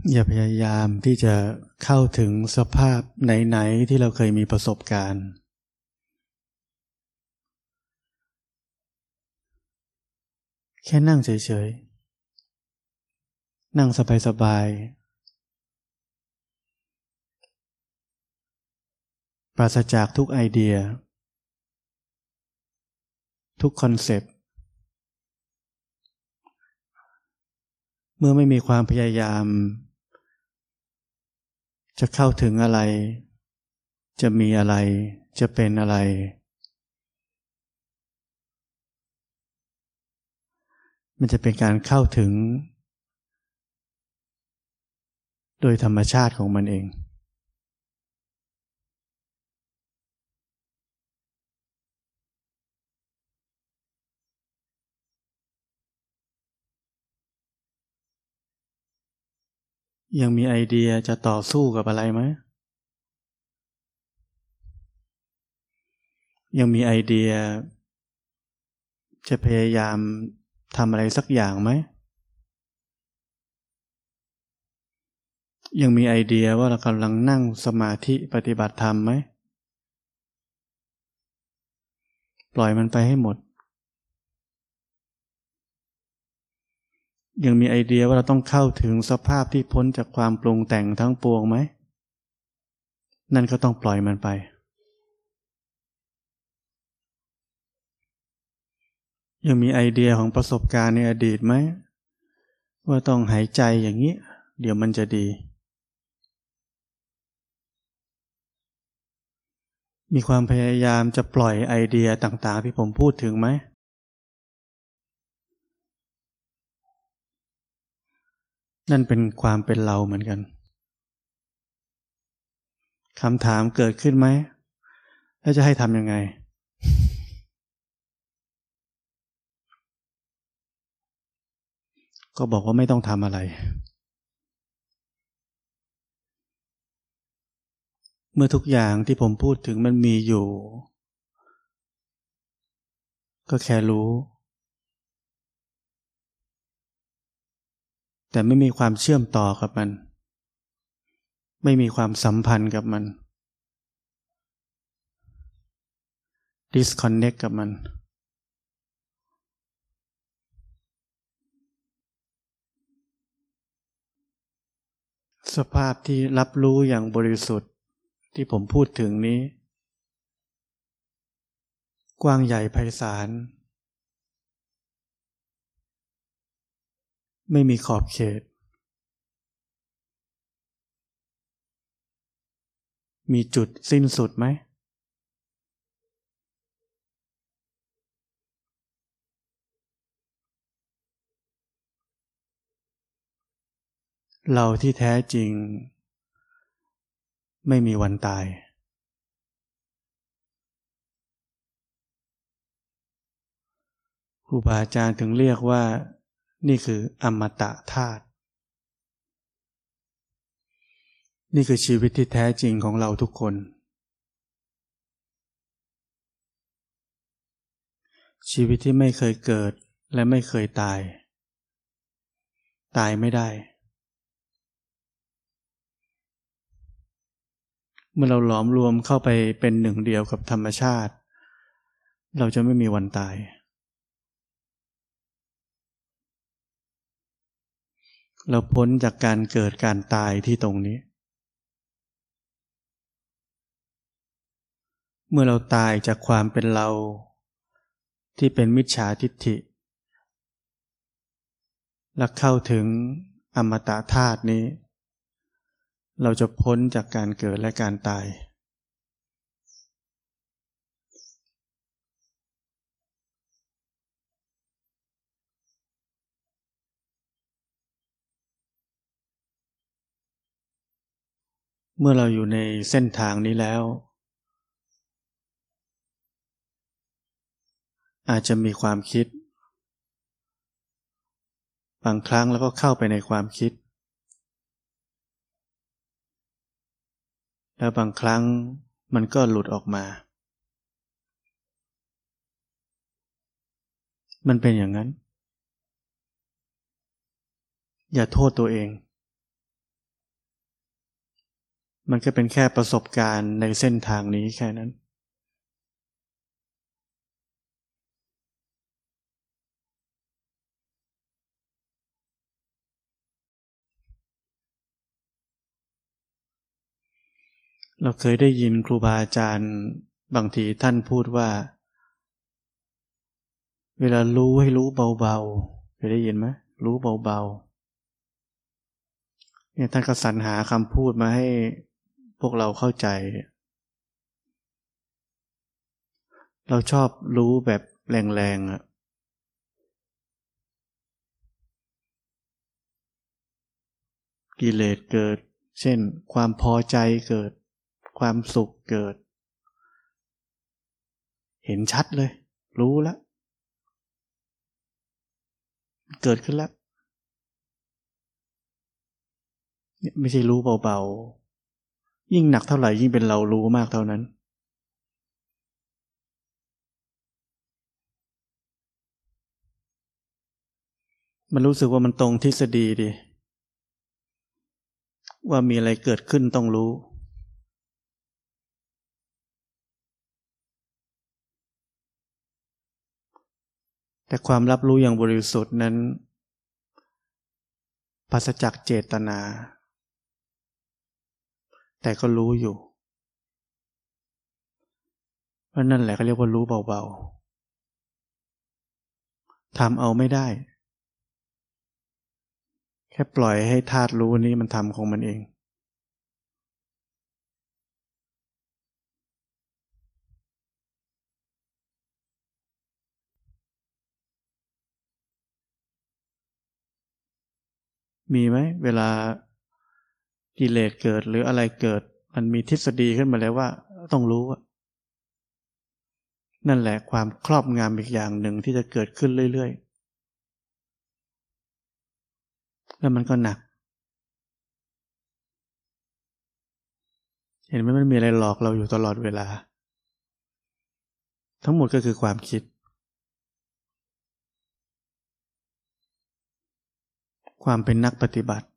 อย่าพยายามที่จะเข้าถึงสภาพไหนๆที่เราเคยมีประสบการณ์แค่นั่งเฉยๆนั่งสบายๆปราศจากทุกไอเดียทุกคอนเซปต์เมื่อไม่มีความพยายามจะเข้าถึงอะไรจะมีอะไรจะเป็นอะไรมันจะเป็นการเข้าถึงโดยธรรมชาติของมันเองยังมีไอเดียจะต่อสู้กับอะไรไหมยังมีไอเดียจะพยายามทำอะไรสักอย่างไหมยังมีไอเดียว่าเรากำลังนั่งสมาธิปฏิบัติธรรมไหมปล่อยมันไปให้หมดยังมีไอเดียว่าเราต้องเข้าถึงสภาพที่พ้นจากความปรุงแต่งทั้งปวงไหมนั่นก็ต้องปล่อยมันไปยังมีไอเดียของประสบการณ์ในอดีตไหมว่าต้องหายใจอย่างนี้เดี๋ยวมันจะดีมีความพยายามจะปล่อยไอเดียต่างๆที่ผมพูดถึงไหมนั่นเป็นความเป็นเราเหมือนกันคำถามเกิดขึ้นไหมแล้วจะให้ทำยังไงก็บอกว่าไม่ต้องทำอะไรเมื่อทุกอย่างที่ผมพูดถึงมันมีอยู่ก็แค่รู้แต่ไม่มีความเชื่อมต่อกับมันไม่มีความสัมพันธ์กับมัน disconnect กับมันสภาพที่รับรู้อย่างบริสุทธิ์ที่ผมพูดถึงนี้กว้างใหญ่ไพศาลไม่มีขอบเขตมีจุดสิ้นสุดไหมเราที่แท้จริงไม่มีวันตายครูบาอาจารย์ถึงเรียกว่านี่คืออมตะธาตุนี่คือชีวิตที่แท้จริงของเราทุกคนชีวิตที่ไม่เคยเกิดและไม่เคยตายตายไม่ได้เมื่อเราหลอมรวมเข้าไปเป็นหนึ่งเดียวกับธรรมชาติเราจะไม่มีวันตายเราพ้นจากการเกิดการตายที่ตรงนี้เมื่อเราตายจากความเป็นเราที่เป็นมิจฉาทิฏฐิและเข้าถึงอมตะธาตุนี้เราจะพ้นจากการเกิดและการตายเมื่อเราอยู่ในเส้นทางนี้แล้วอาจจะมีความคิดบางครั้งแล้วก็เข้าไปในความคิดแล้วบางครั้งมันก็หลุดออกมามันเป็นอย่างนั้นอย่าโทษตัวเองมันก็เป็นแค่ประสบการณ์ในเส้นทางนี้แค่นั้นเราเคยได้ยินครูบาอาจารย์บางทีท่านพูดว่าเวลารู้ให้รู้เบาๆเคยได้ยินไหมรู้เบาๆเนี่ยท่านก็สรรหาคำพูดมาให้พวกเราเข้าใจเราชอบรู้แบบแรงๆอ่ะกิเลสเกิดเช่นความพอใจเกิดความสุขเกิดเห็นชัดเลยรู้แล้วเกิดขึ้นแล้วไม่ใช่รู้เบาๆยิ่งหนักเท่าไหร่ยิ่งเป็นเรารู้มากเท่านั้นมันรู้สึกว่ามันตรงทฤษฎีดีว่ามีอะไรเกิดขึ้นต้องรู้แต่ความรับรู้อย่างบริสุทธิ์นั้นปราศจากเจตนาแต่ก็รู้อยู่เพราะนั่นแหละเขาเรียกว่ารู้เบาๆทำเอาไม่ได้แค่ปล่อยให้ธาตุรู้นี้มันทำของมันเองมีไหมเวลากิเลสเกิดหรืออะไรเกิดมันมีทฤษฎีขึ้นมาแล้วว่าต้องรู้ว่านั่นแหละความครอบงำอีกอย่างหนึ่งที่จะเกิดขึ้นเรื่อยๆแล้วมันก็หนักเห็นไหมมันมีอะไรหลอกเราอยู่ตลอดเวลาทั้งหมดก็คือความคิดความเป็นนักปฏิบัติ